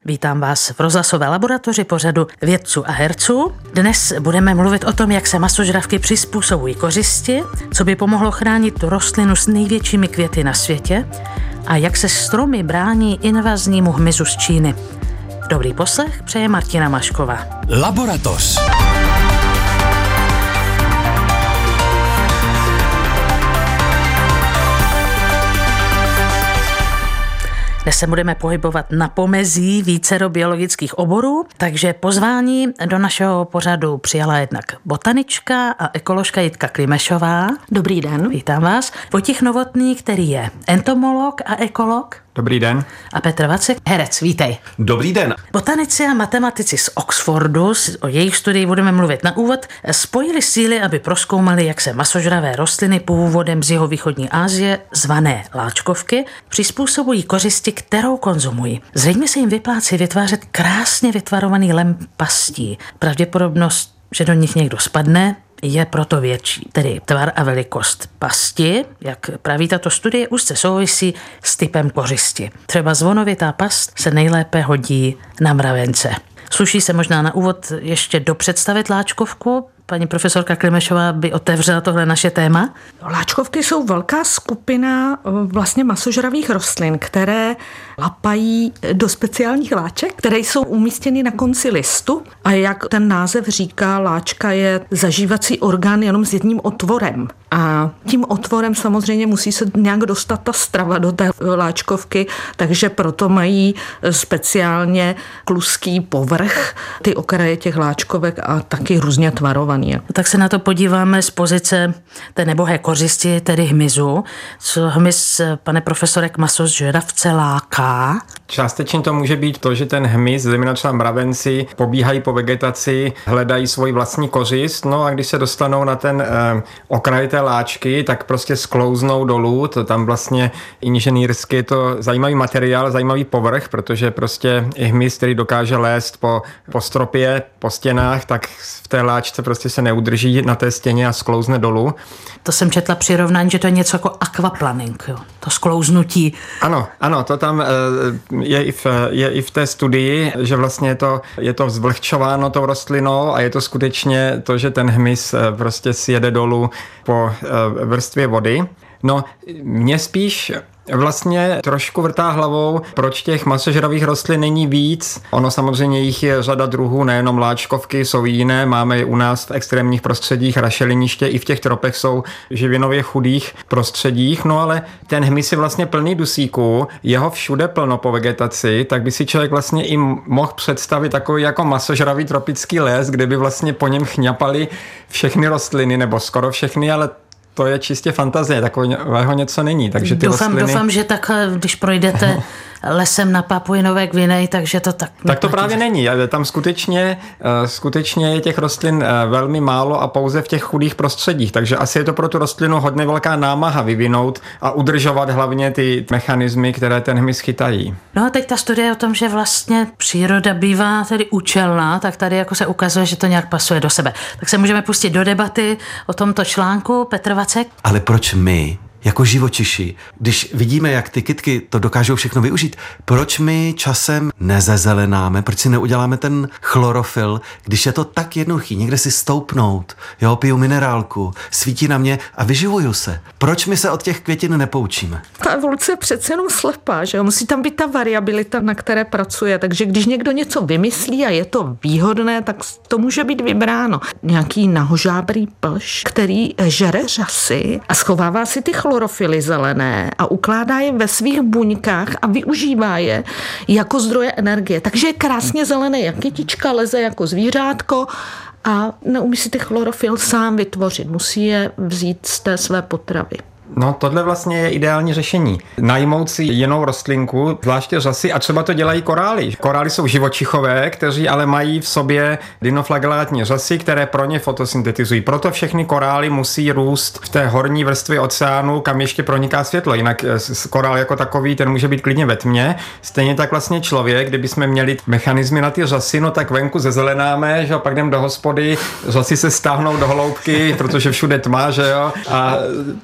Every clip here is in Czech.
Vítám vás v rozhlasové laboratoři pořadu Vědců a herců. Dnes budeme mluvit o tom, jak se masožravky přizpůsobují kořisti, co by pomohlo chránit rostlinu s největšími květy na světě a jak se stromy brání invaznímu hmyzu z Číny. Dobrý poslech přeje Martina Mašková. Laboratoř. Dnes se budeme pohybovat na pomezí vícero biologických oborů, takže pozvání do našeho pořadu přijala jednak botanička a ekoložka Jitka Klimešová. Dobrý den. Vítám vás. Vojtěch Novotný, který je entomolog a ekolog. Dobrý den. A Petr Vacek, herec, vítej. Dobrý den. Botanici a matematici z Oxfordu, o jejich studii budeme mluvit na úvod, spojili síly, aby prozkoumali, jak se masožravé rostliny původem z jihovýchodní Asie, zvané láčkovky, přizpůsobují kořisti, kterou konzumují. Zřejmě se jim vyplácí vytvářet krásně vytvarovaný lem pastí. Pravděpodobnost, že do nich někdo spadne, je proto větší. Tedy tvar a velikost pasti, jak praví tato studie, úzce souvisí s typem kořisti. Třeba zvonovitá past se nejlépe hodí na mravence. Sluší se možná na úvod ještě dopředstavit láčkovku. Paní profesorka Klimešová by otevřela tohle naše téma. Láčkovky jsou velká skupina vlastně masožravých rostlin, které lapají do speciálních láček, které jsou umístěny na konci listu. A jak ten název říká, láčka je zažívací orgán jenom s jedním otvorem. A tím otvorem samozřejmě musí se nějak dostat ta strava do té láčkovky, takže proto mají speciálně kluský povrch, ty okraje těch láčkovek a taky různě tvarovaný. Tak se na to podíváme z pozice té nebohé kořisti, tedy hmyzu. Co hmyz, pane profesore, k masožravce láká? Částečně to může být to, že ten hmyz, zejména třeba mravenci, pobíhají po vegetaci, hledají svoji vlastní kořist, no a když se dostanou na ten okraj té láčky, tak prostě sklouznou dolů, to tam vlastně inženýrsky je to zajímavý materiál, zajímavý povrch, protože prostě i hmyz, který dokáže lézt po stropě, po stěnách, tak v té láčce prostě se neudrží na té stěně a sklouzne dolů. To jsem četla přirovnání, že to je něco jako aquaplaning, jo? To sklouznutí. Ano, to tam je i v té studii, že vlastně je to zvlhčováno tou rostlinou a je to skutečně to, že ten hmyz prostě sjede dolů po vrstvě vody. No, mě spíš vlastně trošku vrtá hlavou, proč těch masožravých rostlin není víc. Ono samozřejmě jich je řada druhů, nejenom láčkovky, jsou jiné, máme i u nás v extrémních prostředích rašeliniště, i v těch tropech jsou živinově chudých prostředích, no ale ten hmyz je vlastně plný dusíků, jeho všude plno po vegetaci, tak by si člověk vlastně i mohl představit takový jako masožravý tropický les, kde by vlastně po něm chňapaly všechny rostliny, nebo skoro všechny, ale to je čistě fantazie, takového něco není. Takže ty doufám, že tak, když projdete lesem na Papui Nové Gvineji, takže to tak... Tak to právě není. Tam skutečně je těch rostlin velmi málo a pouze v těch chudých prostředích. Takže asi je to pro tu rostlinu hodně velká námaha vyvinout a udržovat hlavně ty mechanismy, které ten hmyz chytají. No a teď ta studie o tom, že vlastně příroda bývá tedy účelná, tak tady jako se ukazuje, že to nějak pasuje do sebe. Tak se můžeme pustit do debaty o tomto článku. Petr Vacek. Ale proč my, jako živočiši, když vidíme, jak ty kytky to dokážou všechno využít, proč my časem nezezelenáme, proč si neuděláme ten chlorofyl, když je to tak jednoduchý, někde si stoupnout, jo, piju minerálku, svítí na mě a vyživuju se. Proč my se od těch květin nepoučíme? Ta evoluce je přece jenom slepá, že jo? Musí tam být ta variabilita, na které pracuje, takže když někdo něco vymyslí a je to výhodné, tak to může být vybráno. Nějaký nahožábrý plš, který žere řasy a schovává si ty chlorofily zelené a ukládá je ve svých buňkách a využívá je jako zdroje energie. Takže je krásně zelené, jak kytička, leze jako zvířátko a neumí si ty chlorofil sám vytvořit. Musí je vzít z té své potravy. No, tohle vlastně je ideální řešení. Najmout si jinou rostlinku, zvláště řasy, a třeba to dělají korály. Korály jsou živočichové, kteří ale mají v sobě dinoflagellátní řasy, které pro ně fotosyntetizují. Proto všechny korály musí růst v té horní vrstvě oceánu, kam ještě proniká světlo. Jinak korál jako takový, ten může být klidně ve tmě. Stejně tak vlastně člověk, kdybychom měli mechanismy na ty řasy, no tak venku zezelenáme, že jo, pak jdem do hospody, řasy se stáhnou do hloubky, protože všude tma, že jo, a tímhle způsobem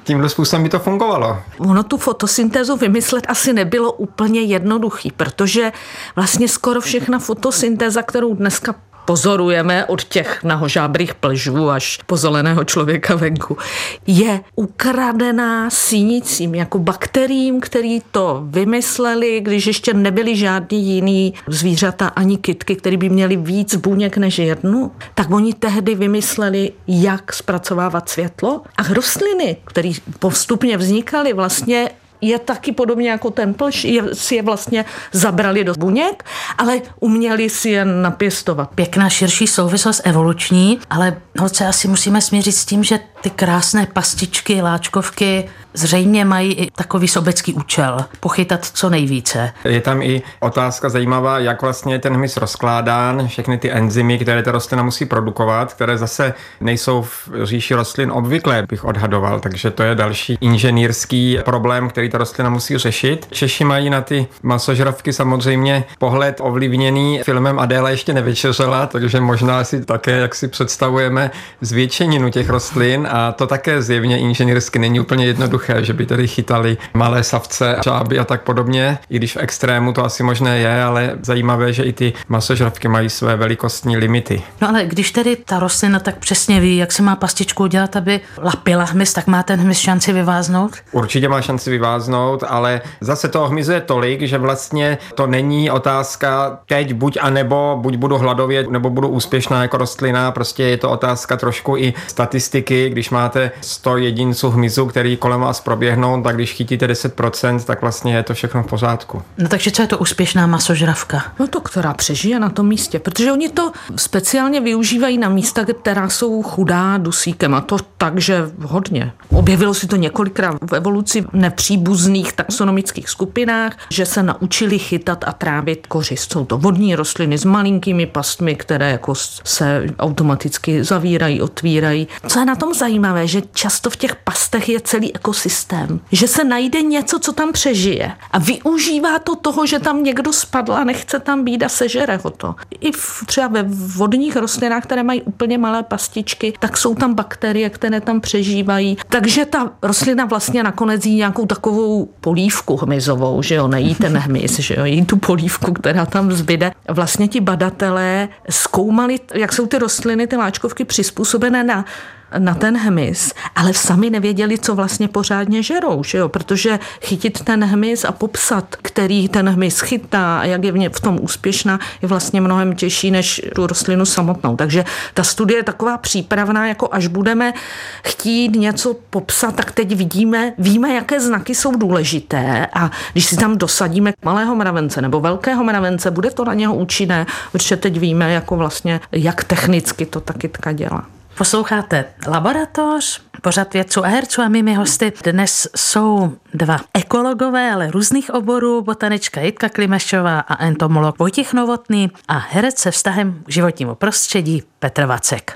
způsobem by to fungovalo? Ono tu fotosyntézu vymyslet asi nebylo úplně jednoduchý, protože vlastně skoro všechna fotosyntéza, kterou dneska pozorujeme od těch nahožábrých plžů až po zeleného člověka venku, je ukradená sínicím, jako bakteriím, který to vymysleli, když ještě nebyli žádný jiný zvířata ani kytky, který by měli víc buněk než jednu, tak oni tehdy vymysleli, jak zpracovávat světlo. A rostliny, které postupně vznikaly, vlastně je taky podobně jako ten plž, si je vlastně zabrali do buněk, ale uměli si je napěstovat. Pěkná širší souvislost evoluční, ale holce asi musíme smířit s tím, že ty krásné pastičky, láčkovky zřejmě mají i takový sobecký účel. Pochytat co nejvíce. Je tam i otázka zajímavá, jak vlastně je ten hmyz rozkládán, všechny ty enzymy, které ta rostlina musí produkovat, které zase nejsou v říši rostlin obvyklé, bych odhadoval, takže to je další inženýrský problém, který ta rostlina musí řešit. Češi mají na ty masožravky samozřejmě pohled ovlivněný filmem Adéla ještě nevečeřela, takže možná si také, jak si představujeme, zvětšeninu těch rostlin a to také zjevně inženýrsky není úplně jednoduché, že by tedy chytali malé savce, žáby a tak podobně, i když v extrému to asi možné je, ale zajímavé, že i ty masožravky mají své velikostní limity. No ale když tedy ta rostlina tak přesně ví, jak se má pastičku udělat, aby lapila hmyz, tak má ten hmyz šanci vyváznout? Určitě má šanci vyváznout, ale zase toho hmyzu je tolik, že vlastně to není otázka teď buď a nebo, buď budu hladovět, nebo budu úspěšná jako rostlina, prostě je to otázka trošku i statistiky, když máte 100 jedinců hmyzu, který kolem vás proběhnou, tak když chytíte 10%, tak vlastně je to všechno v pořádku. No takže co je to úspěšná masožravka? No to, která přežije na tom místě, protože oni to speciálně využívají na místa, která jsou chudá dusíkem a to takže hodně. Objevilo si to několikrát v evoluci v nepříbuzných taxonomických skupinách, že se naučili chytat a trávit kořist. Jsou to vodní rostliny s malinkými pastmi, které jako se automaticky zavírají, otvírají. Co je na tom zajímavé, že často v těch pastech je celý ekosystém, že se najde něco, co tam přežije a využívá to toho, že tam někdo spadl a nechce tam být a sežere ho to. I třeba ve vodních rostlinách, které mají úplně malé pastičky, tak jsou tam bakterie, které tam přežívají. Takže ta rostlina vlastně nakonec jí nějakou takovou polívku hmyzovou, že jo, nejí ten hmyz, že jo, jí tu polívku, která tam zbyde. Vlastně ti badatelé zkoumali, jak jsou ty rostliny, ty láčkovky přizpůsobené na ten hmyz, ale sami nevěděli, co vlastně pořádně žerou, že jo? Protože chytit ten hmyz a popsat, který ten hmyz chytá a jak je v tom úspěšná, je vlastně mnohem těžší než tu rostlinu samotnou. Takže ta studie je taková přípravná, jako až budeme chtít něco popsat, tak teď víme, jaké znaky jsou důležité a když si tam dosadíme malého mravence nebo velkého mravence, bude to na něho účinné, protože teď víme, jako vlastně, jak technicky to ta kytka dělá. Posloucháte Laboratoř, pořad vědců a herců a mými hosty dnes jsou dva ekologové, ale různých oborů, botanička Jitka Klimešová a entomolog Vojtěch Novotný a herec se vztahem k životnímu prostředí Petr Vacek.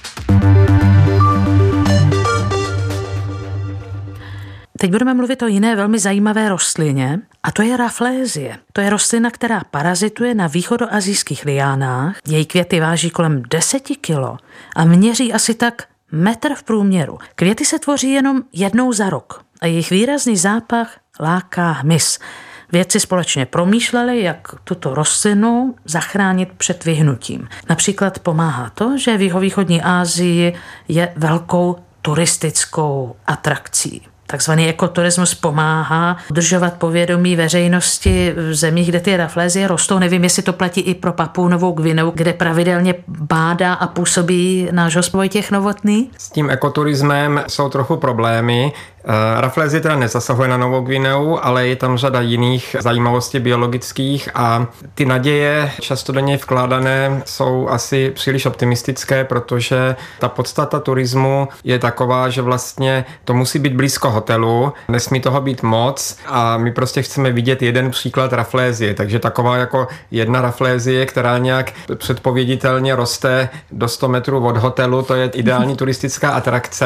Teď budeme mluvit o jiné velmi zajímavé rostlině a to je raflézie. To je rostlina, která parazituje na východoasijských liánách. Její květy váží kolem 10 kilo a měří asi tak metr v průměru. Květy se tvoří jenom jednou za rok a jejich výrazný zápach láká hmyz. Vědci společně promýšleli, jak tuto rostlinu zachránit před vyhnutím. Například pomáhá to, že v jihovýchodní Asii je velkou turistickou atrakcí. Takzvaný ekoturismus pomáhá udržovat povědomí veřejnosti v zemích, kde ty raflézie rostou. Nevím, jestli to platí i pro Papuu Novou Gvineu, kde pravidelně bádá a působí náš host Vojtěch Novotný. S tím ekoturismem jsou trochu problémy. Raflézie teda nezasahuje na Novou Gvineu, ale je tam řada jiných zajímavostí biologických a ty naděje často do něj vkládané jsou asi příliš optimistické, protože ta podstata turismu je taková, že vlastně to musí být blízko hotelu, nesmí toho být moc a my prostě chceme vidět jeden příklad raflézie, takže taková jako jedna raflézie, která nějak předpověditelně roste do 100 metrů od hotelu, to je ideální turistická atrakce,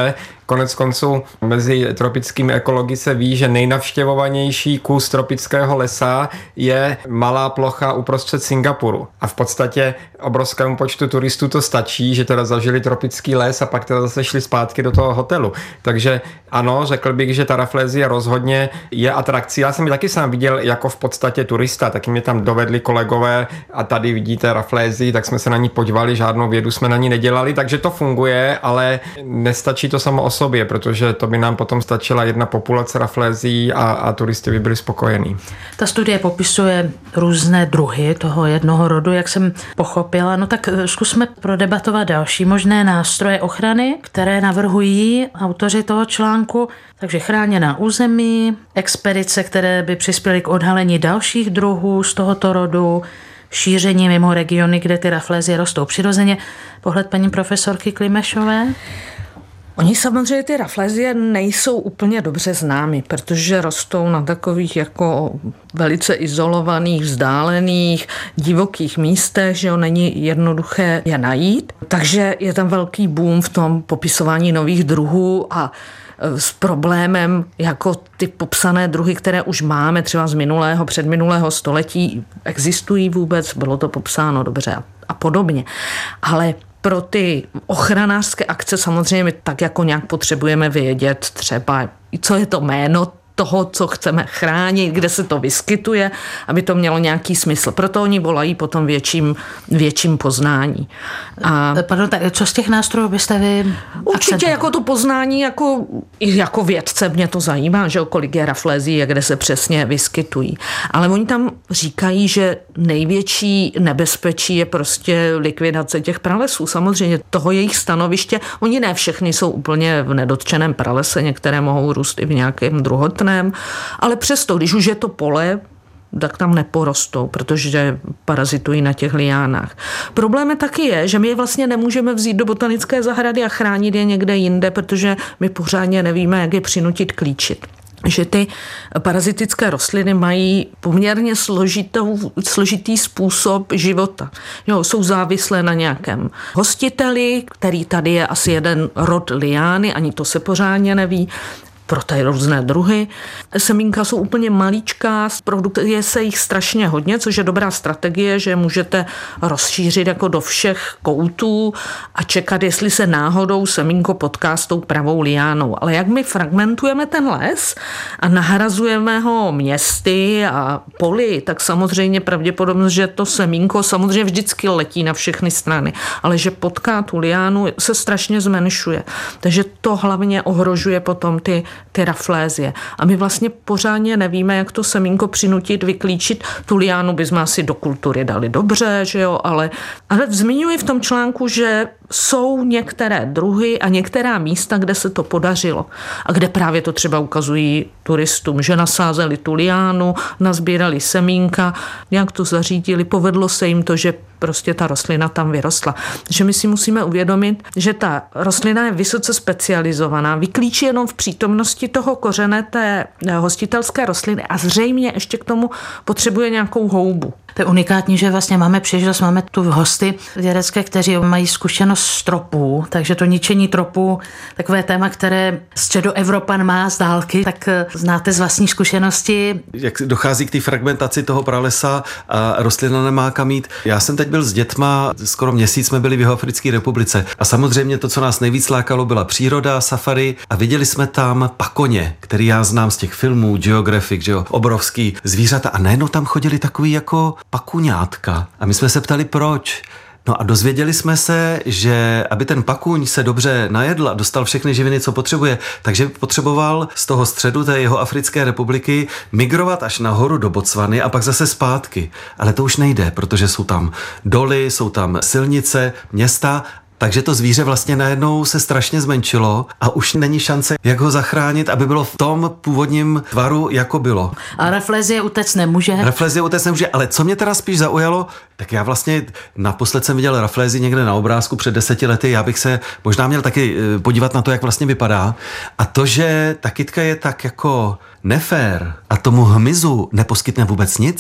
Konec konců mezi tropickými ekology se ví, že nejnavštěvovanější kus tropického lesa je malá plocha uprostřed Singapuru. A v podstatě obrovskému počtu turistů to stačí, že teda zažili tropický les a pak teda zase šli zpátky do toho hotelu. Takže ano, řekl bych, že ta Rafflesia rozhodně je atrakcí. Já jsem ji taky sám viděl jako v podstatě turista, taky mě tam dovedli kolegové a tady vidíte Rafflesii, tak jsme se na ní podívali, žádnou vědu jsme na ní nedělali, takže to funguje, ale nestačí to samo o sobě, protože to by nám potom stačila jedna populace Rafflesií a turisti by byli spokojení. Ta studie popisuje různé druhy toho jednoho rodu, jak jsem pochopila. No tak zkusme prodebatovat další možné nástroje ochrany, které navrhují autoři toho článku. Takže chráněná území, expedice, které by přispěly k odhalení dalších druhů z tohoto rodu, šíření mimo regiony, kde ty Rafflesie rostou přirozeně. Pohled paní profesorky Klimešové? Oni samozřejmě ty Rafflesie nejsou úplně dobře známy, protože rostou na takových jako velice izolovaných, vzdálených, divokých místech, že není jednoduché je najít. Takže je tam velký boom v tom popisování nových druhů a s problémem, jako ty popsané druhy, které už máme třeba z předminulého století, existují vůbec, bylo to popsáno dobře a podobně. Ale pro ty ochranářské akce samozřejmě my tak jako nějak potřebujeme vědět třeba, co je to jméno toho, co chceme chránit, kde se to vyskytuje, aby to mělo nějaký smysl. Proto oni volají potom větším poznání. Pardon, tak co z těch nástrojů byste vy určitě jako to poznání, jako vědce mě to zajímá, že kolik je Rafflesií a kde se přesně vyskytují. Ale oni tam říkají, že největší nebezpečí je prostě likvidace těch pralesů. Samozřejmě toho jejich stanoviště, oni ne všechny jsou úplně v nedotčeném pralese, některé mohou růst i v nějakém druhotném, ale přesto, když už je to pole, tak tam neporostou, protože parazitují na těch liánách. Problém taky je, že my je vlastně nemůžeme vzít do botanické zahrady a chránit je někde jinde, protože my pořádně nevíme, jak je přinutit klíčit. Že ty parazitické rostliny mají poměrně složitý způsob života. Jo, jsou závislé na nějakém hostiteli, který tady je asi jeden rod liány, ani to se pořádně neví. Pro ty různé druhy. Semínka jsou úplně maličká, produkuje se jich strašně hodně, což je dobrá strategie, že můžete rozšířit jako do všech koutů a čekat, jestli se náhodou semínko potká s tou pravou liánou. Ale jak my fragmentujeme ten les a nahrazujeme ho městy a poli, tak samozřejmě pravděpodobnost, že to semínko samozřejmě vždycky letí na všechny strany, ale že potká tu liánu, se strašně zmenšuje. Takže to hlavně ohrožuje potom ty Rafflesie. A my vlastně pořádně nevíme, jak to semínko přinutit, vyklíčit. Tu liánu bychom asi do kultury dali dobře, že jo, ale zmiňuji v tom článku, že jsou některé druhy a některá místa, kde se to podařilo a kde právě to třeba ukazují turistům, že nasázeli tu liánu, nazbírali semínka, nějak to zařídili, povedlo se jim to, že prostě ta rostlina tam vyrostla. Takže my si musíme uvědomit, že ta rostlina je vysoce specializovaná, vyklíčí jenom v přítomnosti toho kořene té hostitelské rostliny a zřejmě ještě k tomu potřebuje nějakou houbu. To je unikátní, že vlastně máme příležitost, máme tu hosty vědecké, kteří mají zkušenost z tropů, takže to ničení tropů, takové téma, které středoevropan má z dálky, tak znáte z vlastní zkušenosti. Jak dochází k té fragmentaci toho pralesa a rostlina nemá kam jít. Já jsem teď byl s dětma, skoro měsíc jsme byli v Jihoafrické republice a samozřejmě to, co nás nejvíc lákalo, byla příroda, safari a viděli jsme tam pakoně, který já znám z těch filmů, Geographic, že jo, obrovský zvířata a najednou tam chodili takový jako pakuňátka. A my jsme se ptali, proč. No a dozvěděli jsme se, že aby ten pakuň se dobře najedl a dostal všechny živiny, co potřebuje, takže potřeboval z toho středu té Jihoafrické republiky migrovat až nahoru do Botswany a pak zase zpátky. Ale to už nejde, protože jsou tam doly, jsou tam silnice, města. Takže to zvíře vlastně najednou se strašně zmenšilo a už není šance, jak ho zachránit, aby bylo v tom původním tvaru, jako bylo. A Rafflesie utéct nemůže? Rafflesie utéct nemůže, ale co mě teda spíš zaujalo, tak já vlastně naposled jsem viděl Rafflesii někde na obrázku před 10 lety, já bych se možná měl taky podívat na to, jak vlastně vypadá. A to, že ta kytka je tak jako nefér a tomu hmyzu neposkytne vůbec nic,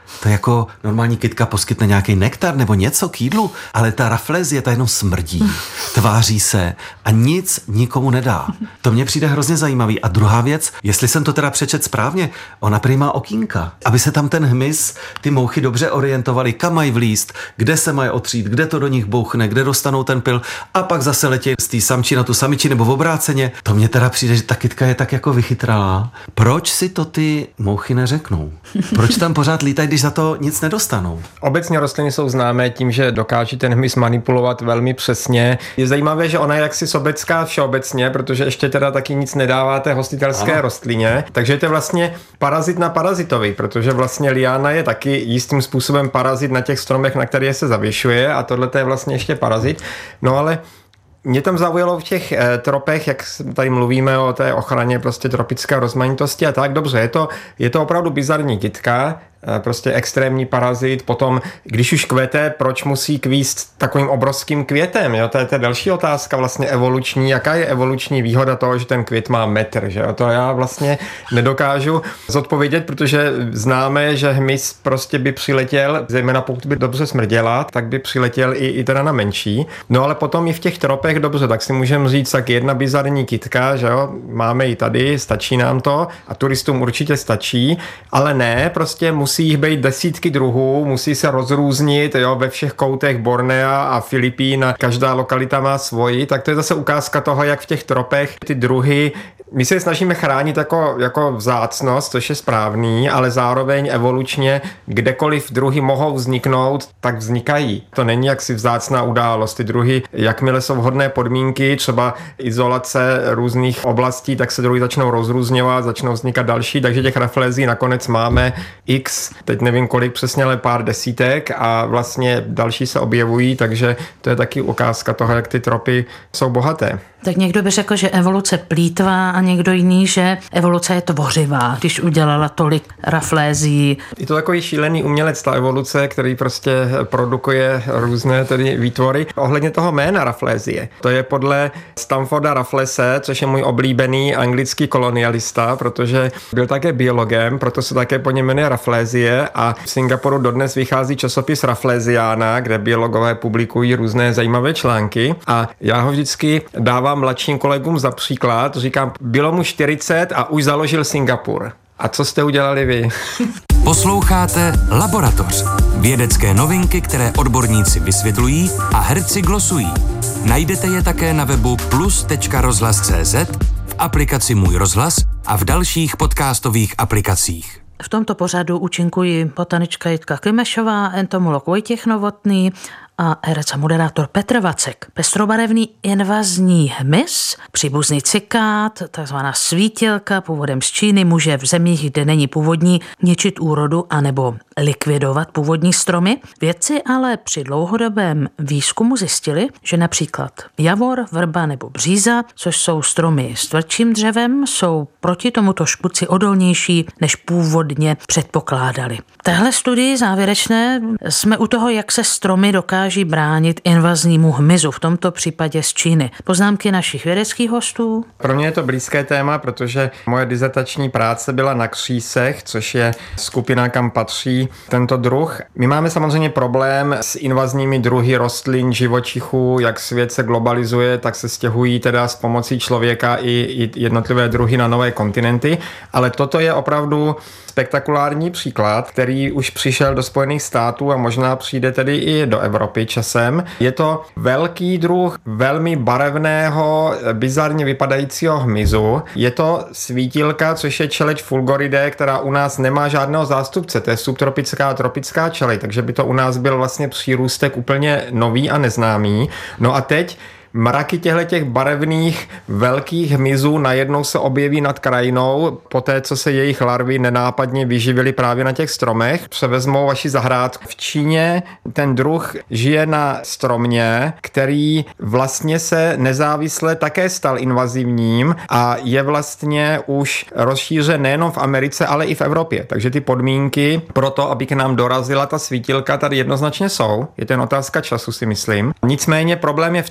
To jako normální kytka poskytne nějaký nektar nebo něco k jídlu, ale ta raflézie, ta jenom smrdí, tváří se a nic nikomu nedá. To mně přijde hrozně zajímavý. A druhá věc, jestli jsem to teda přečet správně, ona prý má okýnka, aby se tam ten hmyz, ty mouchy dobře orientovaly, kam mají vlízt, kde se mají otřít, kde to do nich bouchne, kde dostanou ten pil a pak zase letí z té samčí na tu samiči nebo v obráceně. To mně teda přijde, že ta kytka je tak jako vychytralá. Proč si to ty mouchy neřeknou? Proč tam pořád lítají, když za to nic nedostanou? Obecně rostliny jsou známé tím, že dokáží ten hmyz manipulovat velmi přesně. Je zajímavé, že ona je jaksi sobecká všeobecně, protože ještě teda taky nic nedává té hostitelské rostlině, takže je to vlastně parazit na parazitovi, protože vlastně liána je taky jistým způsobem parazit na těch stromech, na které se zavěšuje a tohle je vlastně ještě parazit. No ale mě tam zaujalo v těch tropech, jak tady mluvíme o té ochraně prostě tropické rozmanitosti a tak, dobře, je to opravdu bizarní kytka, prostě extrémní parazit, potom, když už kvete, proč musí kvíst takovým obrovským květem, jo? To je další otázka vlastně evoluční, jaká je evoluční výhoda toho, že ten květ má metr, že jo? To já vlastně nedokážu zodpovědět, protože známe, že hmyz prostě by přiletěl, zejména pokud by dobře smrděla, tak by přiletěl i teda na menší. No ale potom i v těch tropech, dobře, tak si můžeme říct, tak jedna bizarní kytka, že jo? Máme ji tady, stačí nám to a turistům určitě stačí, ale ne, prostě musí jich být desítky druhů, musí se rozrůznit, jo, ve všech koutech Bornea a Filipín a každá lokalita má svoji, tak to je zase ukázka toho, jak v těch tropech ty druhy my se snažíme chránit jako vzácnost, což je správný, ale zároveň evolučně kdekoliv druhy mohou vzniknout, tak vznikají. To není jaksi vzácná událost. Ty druhy, jakmile jsou vhodné podmínky, třeba izolace různých oblastí, tak se druhy začnou rozrůzňovat, začnou vznikat další, takže těch raflézí nakonec máme x, teď nevím kolik přesně, ale pár desítek a vlastně další se objevují, takže to je taky ukázka toho, jak ty tropy jsou bohaté. Tak někdo by řekl, že evoluce plýtvá a někdo jiný, že evoluce je tvořivá, když udělala tolik raflézí. Je to takový šílený umělec, ta evoluce, který prostě produkuje různé tedy výtvory. Ohledně toho jména raflézie, to je podle Stamforda Rafflese, což je můj oblíbený anglický kolonialista, protože byl také biologem, proto se také po něm jmenuje Rafflézie a v Singapuru dodnes vychází časopis Rafflesiana, kde biologové publikují různé zajímavé články a já ho vždycky dávám mladším kolegům za příklad, říkám, bylo mu 40 a už založil Singapur. A co jste udělali vy? Posloucháte Laboratoř. Vědecké novinky, které odborníci vysvětlují a herci glosují. Najdete je také na webu plus.rozhlas.cz, v aplikaci Můj rozhlas a v dalších podcastových aplikacích. V tomto pořadu účinkují botanička Jitka Klimešová, entomolog Vojtěch Novotný a herec a moderátor Petr Vacek. Pestrobarevný invazní hmyz, příbuzný cikát, takzvaná svítilka, původem z Číny, může v zemích, kde není původní, ničit úrodu anebo likvidovat původní stromy. Vědci ale při dlouhodobém výzkumu zjistili, že například javor, vrba nebo bříza, což jsou stromy s tvrdším dřevem, jsou proti tomuto škůdci odolnější, než původně předpokládali. V téhle studii závěrečné jsme u toho, jak se stromy dokáží bránit invaznímu hmyzu, v tomto případě z Číny. Poznámky našich vědeckých hostů? Pro mě je to blízké téma, protože moje dizertační práce byla na křísech, což je skupina, kam patří tento druh. My máme samozřejmě problém s invazními druhy rostlin, živočichů, jak svět se globalizuje, tak se stěhují teda s pomocí člověka i jednotlivé druhy na nové kontinenty, ale toto je opravdu spektakulární příklad, který už přišel do Spojených států a možná přijde tedy i do Evropy časem. Je to velký druh velmi barevného, bizarně vypadajícího hmyzu. Je to svítilka, což je čeleď fulgoridae, která u nás nemá žádného zástupce. To je subtropická a tropická čeleď, takže by to u nás byl vlastně přírůstek úplně nový a neznámý. No a teď mraky těchto barevných velkých hmyzů najednou se objeví nad krajinou, poté co se jejich larvy nenápadně vyživily právě na těch stromech, převezmou vaši zahrádku. V Číně ten druh žije na stromě, který vlastně se nezávisle také stal invazivním a je vlastně už rozšířen nejenom v Americe, ale i v Evropě. Takže ty podmínky pro to, aby k nám dorazila ta svítilka, tady jednoznačně jsou. Je to jen otázka času, si myslím. Nicméně problém je v tom, že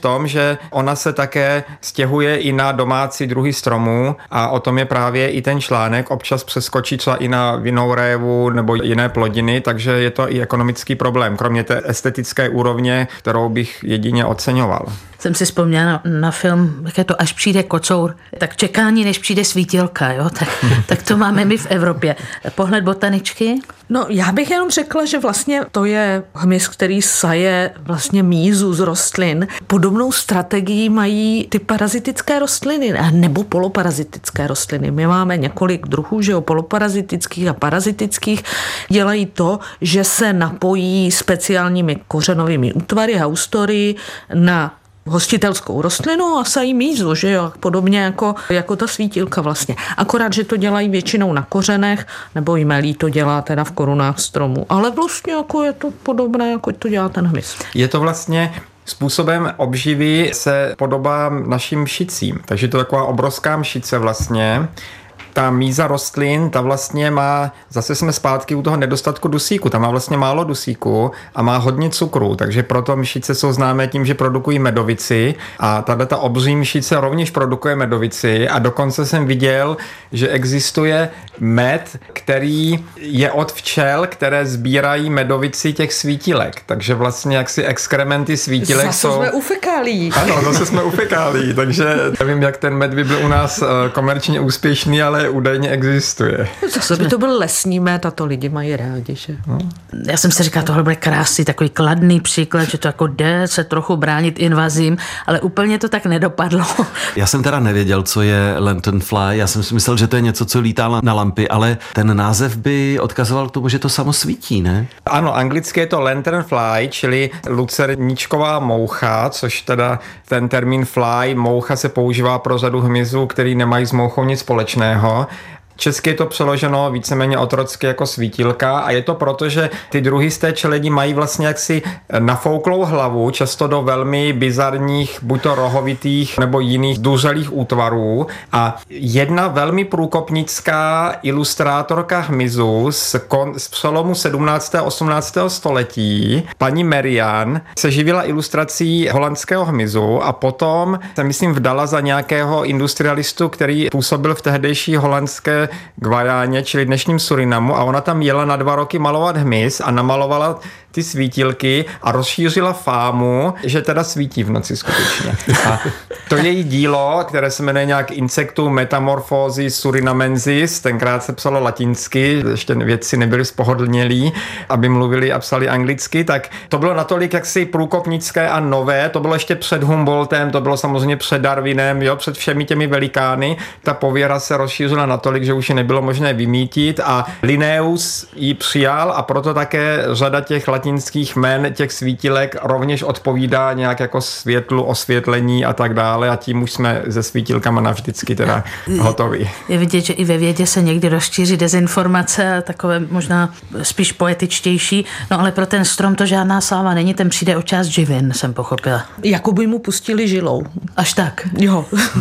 protože ona se také stěhuje i na domácí druhy stromů a o tom je právě i ten článek. Občas přeskočí třeba i na vinnou révu nebo jiné plodiny, takže je to i ekonomický problém, kromě té estetické úrovně, kterou bych jedině oceňoval. Jsem si vzpomněla na film, jak je to Až přijde kocour, tak čekání, než přijde svítilka, jo? Tak to máme my v Evropě. Pohled botaničky? No, já bych jenom řekla, že vlastně to je hmyz, který saje vlastně mízu z rostlin. Podobnou strategii mají ty parazitické rostliny nebo poloparazitické rostliny. My máme několik druhů, že jo, poloparazitických a parazitických. Dělají to, že se napojí speciálními kořenovými útvary, haustory na hostitelskou rostlinu a sají mízu, že jo, podobně jako ta svítilka vlastně. Akorát, že to dělají většinou na kořenech, nebo jmelí to dělá teda v korunách stromů. Ale vlastně jako je to podobné, jako to dělá ten hmyz. Je to vlastně způsobem obživy se podobá našim mšicím, takže to je taková obrovská mšice vlastně. Ta míza rostlin, ta vlastně má, zase jsme zpátky u toho nedostatku dusíku, ta má vlastně málo dusíku a má hodně cukru, takže proto mšice jsou známé tím, že produkují medovici a tato obří mšice rovněž produkuje medovici a dokonce jsem viděl, že existuje med, který je od včel, které sbírají medovici těch svítilek, takže vlastně jaksi exkrementy svítilek zase jsou... jsme u fekálí. Ano, zase jsme u fekálí, takže nevím, jak ten med by byl u nás komerčně úspěšný, ale údajně existuje. Zase by to byl lesní med a to lidi mají rádi, že? Já jsem si říkala, tohle bude krásný, takový kladný příklad, že to jako jde se trochu bránit invazím, ale úplně to tak nedopadlo. Já jsem teda nevěděl, co je lanternfly, já jsem si myslel, že to je něco, co lítá na lampy, ale ten název by odkazoval k tomu, že to samo svítí, ne? Ano, anglicky je to lanternfly, čili lucerničková moucha, což teda ten termín fly, moucha se používá pro řadu hmyzů, který nemají s mouchou nic společného. Česky je to přeloženo víceméně otrocky jako svítilka a je to proto, že ty druhy z té čeledi mají vlastně jaksi nafouklou hlavu, často do velmi bizarních, buď to rohovitých nebo jiných duřelých útvarů a jedna velmi průkopnická ilustrátorka hmyzu z přelomu 17. a 18. století, paní Marian, se živila ilustrací holandského hmyzu a potom se myslím vdala za nějakého industrialistu, který působil v tehdejší holandské Guajáně, čili dnešním Surinamu a ona tam jela na 2 roky malovat hmyz a namalovala ty svítilky a rozšířila fámu, že teda svítí v noci skutečně. A to její dílo, které se jmenuje nějak Insectum Metamorphosis Surinamensis, tenkrát se psalo latinsky, ještě vědci nebyli spohodlnělí, aby mluvili a psali anglicky, tak to bylo natolik jaksi průkopnické a nové, to bylo ještě před Humboldtem, to bylo samozřejmě před Darwinem, jo, před všemi těmi velikány. Ta pověra se rozšířila natolik, že už ji nebylo možné vymítit a Linnaeus ji přijal a proto také řada těch latinských jmen těch svítilek rovněž odpovídá nějak jako světlu, osvětlení a tak dále a tím už jsme se svítilkama navždycky teda hotoví. Je vidět, že i ve vědě se někdy rozšíří dezinformace, takové možná spíš poetičtější, no ale pro ten strom to žádná sláva není, ten přijde o část živin, jsem pochopila. Jako by mu pustili žilou. Až tak. Jo.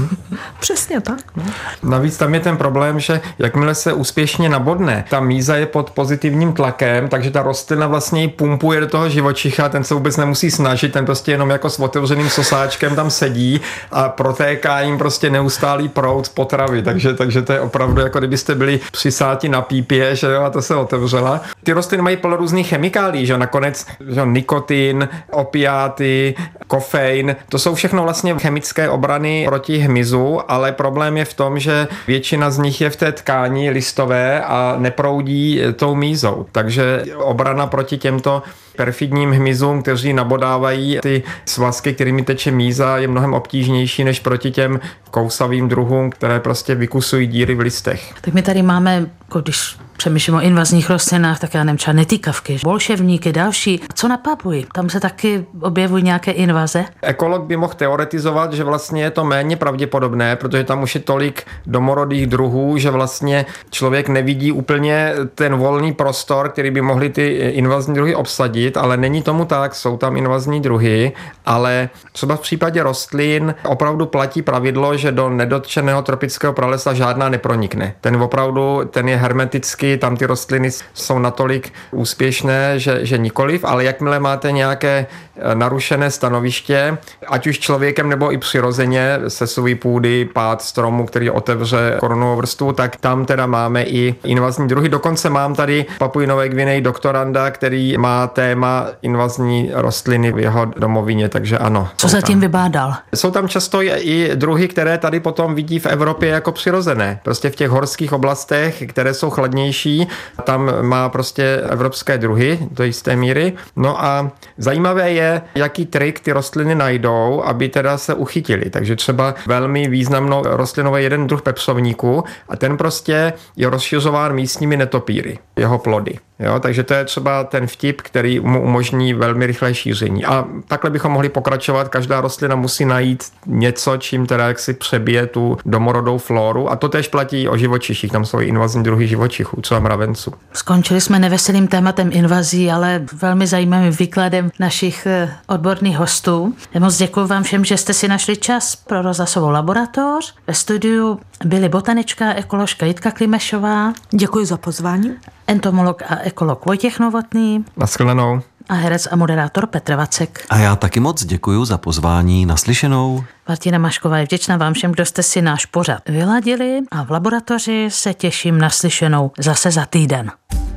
Přesně tak. No. Navíc tam je ten problém, že jakmile se úspěšně nabodne, ta míza je pod pozitivním tlakem, takže ta rostlina vlastně ji pumpuje do toho živočicha, ten se vůbec nemusí snažit, ten prostě jenom jako s otevřeným sosáčkem tam sedí a protéká jim prostě neustálý proud z potravy, takže to je opravdu jako kdybyste byli přisáti na pípě, že jo, a to se otevřela. Ty rostliny mají plno různých chemikálií, že nakonec že nikotin, opiáty, kofein, to jsou všechno vlastně chemické obrany proti hmyzu, ale problém je v tom, že většina z nich je v té tkáni listové a neproudí tou mízou. Takže obrana proti těmto perfidním hmyzům, kteří nabodávají ty svazky, kterými teče míza, je mnohem obtížnější než proti těm kousavým druhům, které prostě vykusují díry v listech. Tak my tady máme, když přemýšlím o invazních rostlinách, tak já nevím, třeba netýkavky, bolševníky, další. Co na Papuji? Tam se taky objevují nějaké invaze? Ekolog by mohl teoretizovat, že vlastně je to méně pravděpodobné, protože tam už je tolik domorodých druhů, že vlastně člověk nevidí úplně ten volný prostor, který by mohli ty invazní druhy obsadit. vyloučit, ale není tomu tak, jsou tam invazní druhy, ale třeba v případě rostlin opravdu platí pravidlo, že do nedotčeného tropického pralesa žádná nepronikne. Ten je hermetický, tam ty rostliny jsou natolik úspěšné, že nikoliv, ale jakmile máte nějaké narušené stanoviště, ať už člověkem nebo i přirozeně, sesuvý půdy, pád stromu, který otevře korunovou vrstvu, tak tam teda máme i invazní druhy. Dokonce mám tady v Papui Nové Gvineji doktoranda, který má téma invazní rostliny v jeho domovině, takže ano. Co zatím vybádal? Jsou tam často i druhy, které tady potom vidí v Evropě jako přirozené. Prostě v těch horských oblastech, které jsou chladnější, tam má prostě evropské druhy do jisté míry. No a zajímavé je, jaký trik ty rostliny najdou, aby teda se uchytili. Takže třeba velmi významnou rostlinou je jeden druh pepřovníku a ten prostě je rozšiřován místními netopíry, jeho plody. Jo, takže to je třeba ten vtip, který mu umožní velmi rychlé šíření. A takhle bychom mohli pokračovat. Každá rostlina musí najít něco, čím teda jak si přebije tu domorodou floru. A to též platí o živočiších. Tam jsou invazní druhy živočichů, třeba mravenců. Skončili jsme neveselým tématem invazí, ale velmi zajímavým výkladem našich odborných hostů. Moc děkuji vám všem, že jste si našli čas pro rozhlasovou laboratoř. Ve studiu byly botanička a ekoložka Jitka Klimešová. Děkuji za pozvání. Entomolog a ekolog Vojtěch Novotný. Naschledanou. A herec a moderátor Petr Vacek. A já taky moc děkuji za pozvání. Naslyšenou. Martina Mašková je vděčná vám všem, kdo jste si náš pořad vyladili a v laboratoři se těším na slyšenou zase za týden.